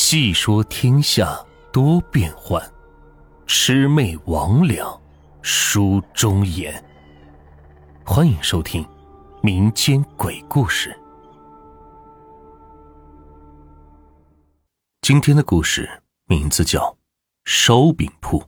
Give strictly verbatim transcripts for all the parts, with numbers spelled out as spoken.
细说天下多变幻，魑魅魍魉书中言。欢迎收听民间鬼故事。今天的故事名字叫烧饼铺。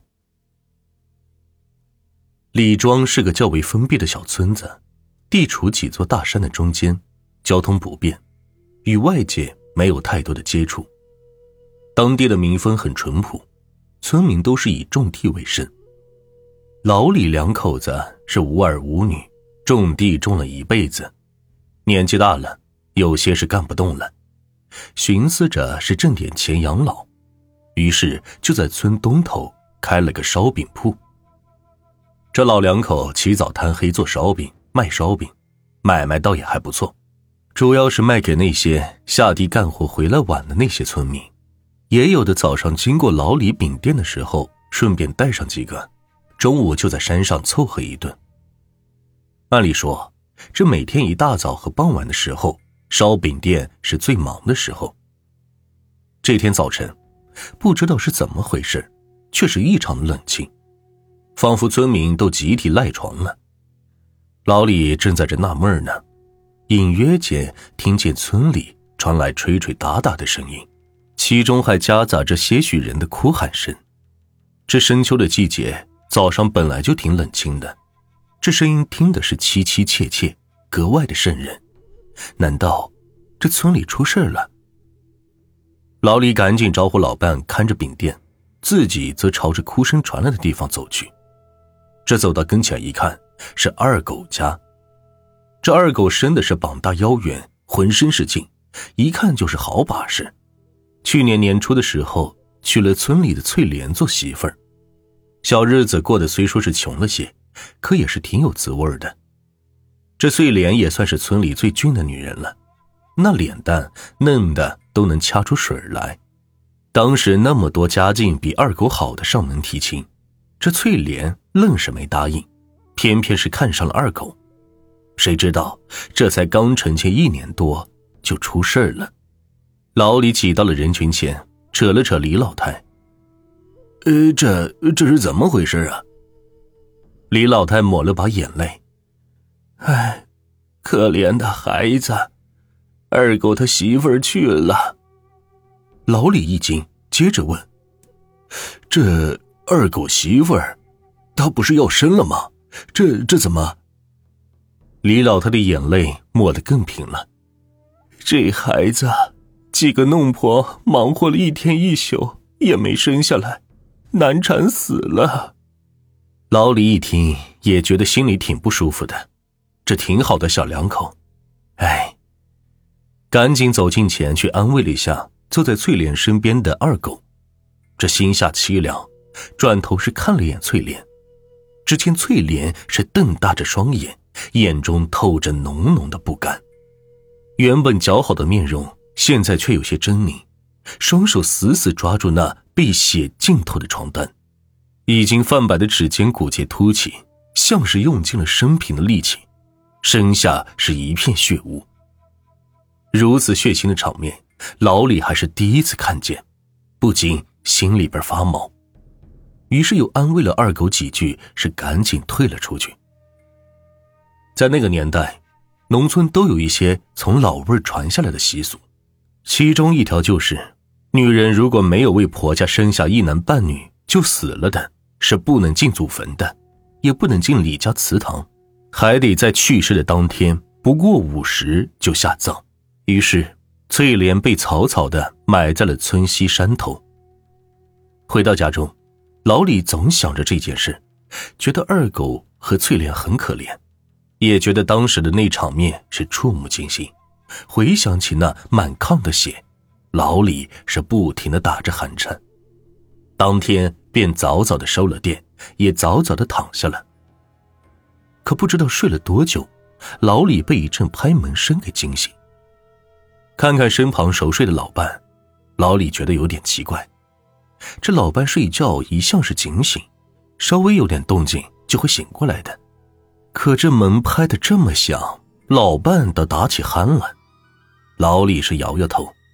李庄是个较为封闭的小村子，地处几座大山的中间，交通不便，与外界没有太多的接触。当地的民风很淳朴，村民都是以种地为生。老李两口子是无儿无女，种地种了一辈子，年纪大了，有些是干不动了，寻思着是挣点钱养老，于是就在村东头开了个烧饼铺。这老两口起早贪黑做烧饼，卖烧饼，买卖倒也还不错，主要是卖给那些下地干活回来晚的那些村民，也有的早上经过老李饼店的时候顺便带上几个，中午就在山上凑合一顿。按理说，这每天一大早和傍晚的时候，烧饼店是最忙的时候。这天早晨，不知道是怎么回事，却是异常的冷清，仿佛村民都集体赖床了。老李正在这纳闷呢，隐约间听见村里传来吹吹打打的声音，其中还夹杂着些许人的哭喊声。这深秋的季节，早上本来就挺冷清的，这声音听的是凄凄切切，格外的瘆人。难道这村里出事了？老李赶紧招呼老伴看着饼店，自己则朝着哭声传来的地方走去。这走到跟前一看，是二狗家。这二狗生的是膀大腰圆，浑身是劲，一看就是好把式。去年年初的时候，娶了村里的翠莲做媳妇儿，小日子过得虽说是穷了些，可也是挺有滋味的。这翠莲也算是村里最俊的女人了，那脸蛋嫩的都能掐出水来。当时那么多家境比二狗好的上门提亲，这翠莲愣是没答应，偏偏是看上了二狗。谁知道这才刚成亲一年多就出事了。老李挤到了人群前，扯了扯李老太。呃，这这是怎么回事啊？李老太抹了把眼泪。唉，可怜的孩子，二狗他媳妇儿去了。老李一惊，接着问，这二狗媳妇儿她不是要生了吗？这这怎么？李老太的眼泪抹得更平了。这孩子几个弄婆忙活了一天一宿也没生下来，难产死了。老李一听也觉得心里挺不舒服的，这挺好的小两口，哎，赶紧走近前去安慰了一下坐在翠莲身边的二狗。这心下凄凉，转头是看了一眼翠莲，只见翠莲是瞪大着双眼，眼中透着浓浓的不甘。原本姣好的面容现在却有些狰狞，双手死死抓住那被血浸透的床单，已经泛白的指尖骨节凸起，像是用尽了生平的力气，身下是一片血污。如此血腥的场面，老李还是第一次看见，不禁心里边发毛，于是又安慰了二狗几句，是赶紧退了出去。在那个年代，农村都有一些从老辈传下来的习俗，其中一条就是女人如果没有为婆家生下一男半女就死了的，是不能进祖坟的，也不能进李家祠堂，还得在去世的当天不过午时就下葬。于是翠莲被草草地埋在了村西山头。回到家中，老李总想着这件事，觉得二狗和翠莲很可怜，也觉得当时的那场面是触目惊心。回想起那满炕的血，老李是不停地打着寒颤。当天便早早地收了店，也早早地躺下了。可不知道睡了多久，老李被一阵拍门声给惊醒。看看身旁熟睡的老伴，老李觉得有点奇怪。这老伴睡觉一向是警醒，稍微有点动静就会醒过来的，可这门拍得这么响，老伴倒打起鼾了。老李是摇摇头，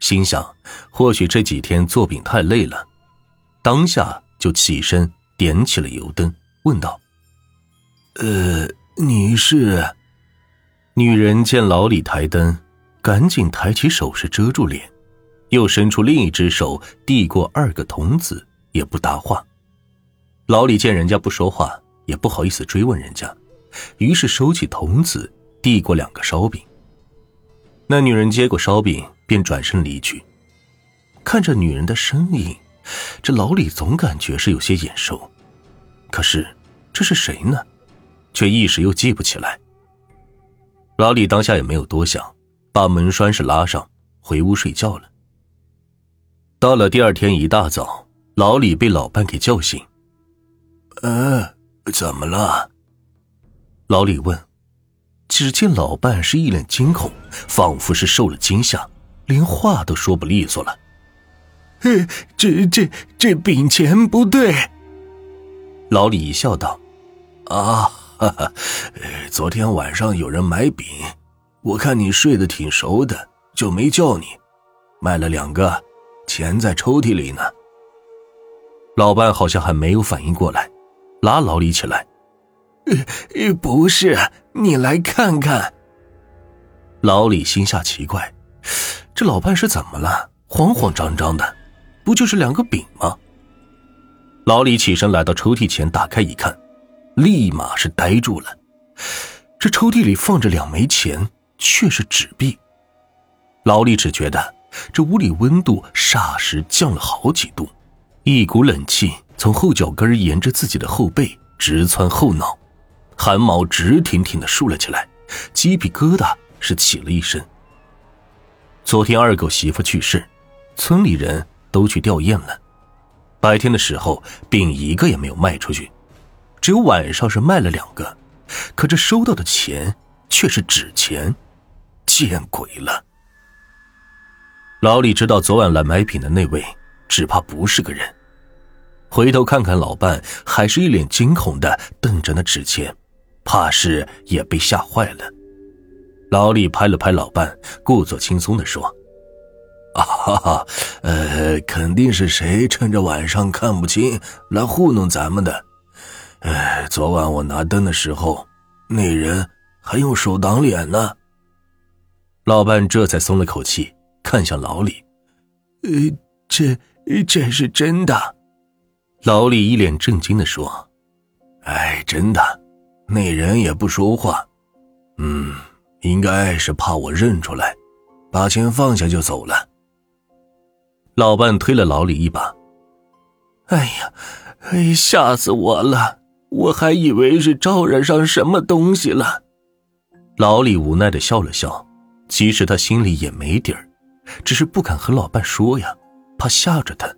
心想或许这几天做饼太累了，当下就起身点起了油灯，问道：呃，你是？女人见老李抬灯，赶紧抬起手势遮住脸，又伸出另一只手递过二个童子，也不答话。老李见人家不说话，也不好意思追问人家，于是收起童子，递过两个烧饼。那女人接过烧饼便转身离去。看着女人的身影，这老李总感觉是有些眼熟，可是这是谁呢？却一时又记不起来。老李当下也没有多想，把门栓是拉上，回屋睡觉了。到了第二天一大早，老李被老伴给叫醒。呃，怎么了？老李问。只见老伴是一脸惊恐，仿佛是受了惊吓，连话都说不利索了。呃，这这这饼钱不对。老李一笑道：啊，哈哈，昨天晚上有人买饼，我看你睡得挺熟的，就没叫你，卖了两个，钱在抽屉里呢。老伴好像还没有反应过来，拉老李起来。呃，不是，你来看看。老李心下奇怪，这老伴是怎么了？慌慌张张的，不就是两个饼吗？老李起身来到抽屉前，打开一看，立马是呆住了。这抽屉里放着两枚钱，却是纸币。老李只觉得这屋里温度霎时降了好几度，一股冷气从后脚跟沿着自己的后背直窜后脑，汗毛直挺挺地竖了起来，鸡皮疙瘩是起了一身。昨天二狗媳妇去世，村里人都去吊唁了，白天的时候饼一个也没有卖出去，只有晚上是卖了两个，可这收到的钱却是纸钱，见鬼了。老李知道昨晚来买饼的那位只怕不是个人，回头看看老伴，还是一脸惊恐地瞪着那纸钱，怕是也被吓坏了。老李拍了拍老伴，故作轻松地说：啊哈哈，呃，肯定是谁趁着晚上看不清来糊弄咱们的。呃，昨晚我拿灯的时候，那人还用手挡脸呢。老伴这才松了口气，看向老李：呃，这这是真的？老李一脸震惊地说：哎，真的，那人也不说话，嗯，应该是怕我认出来，把钱放下就走了。老伴推了老李一把：哎呀，哎，吓死我了，我还以为是招惹上什么东西了。老李无奈地笑了笑，其实他心里也没底儿，只是不敢和老伴说呀，怕吓着他。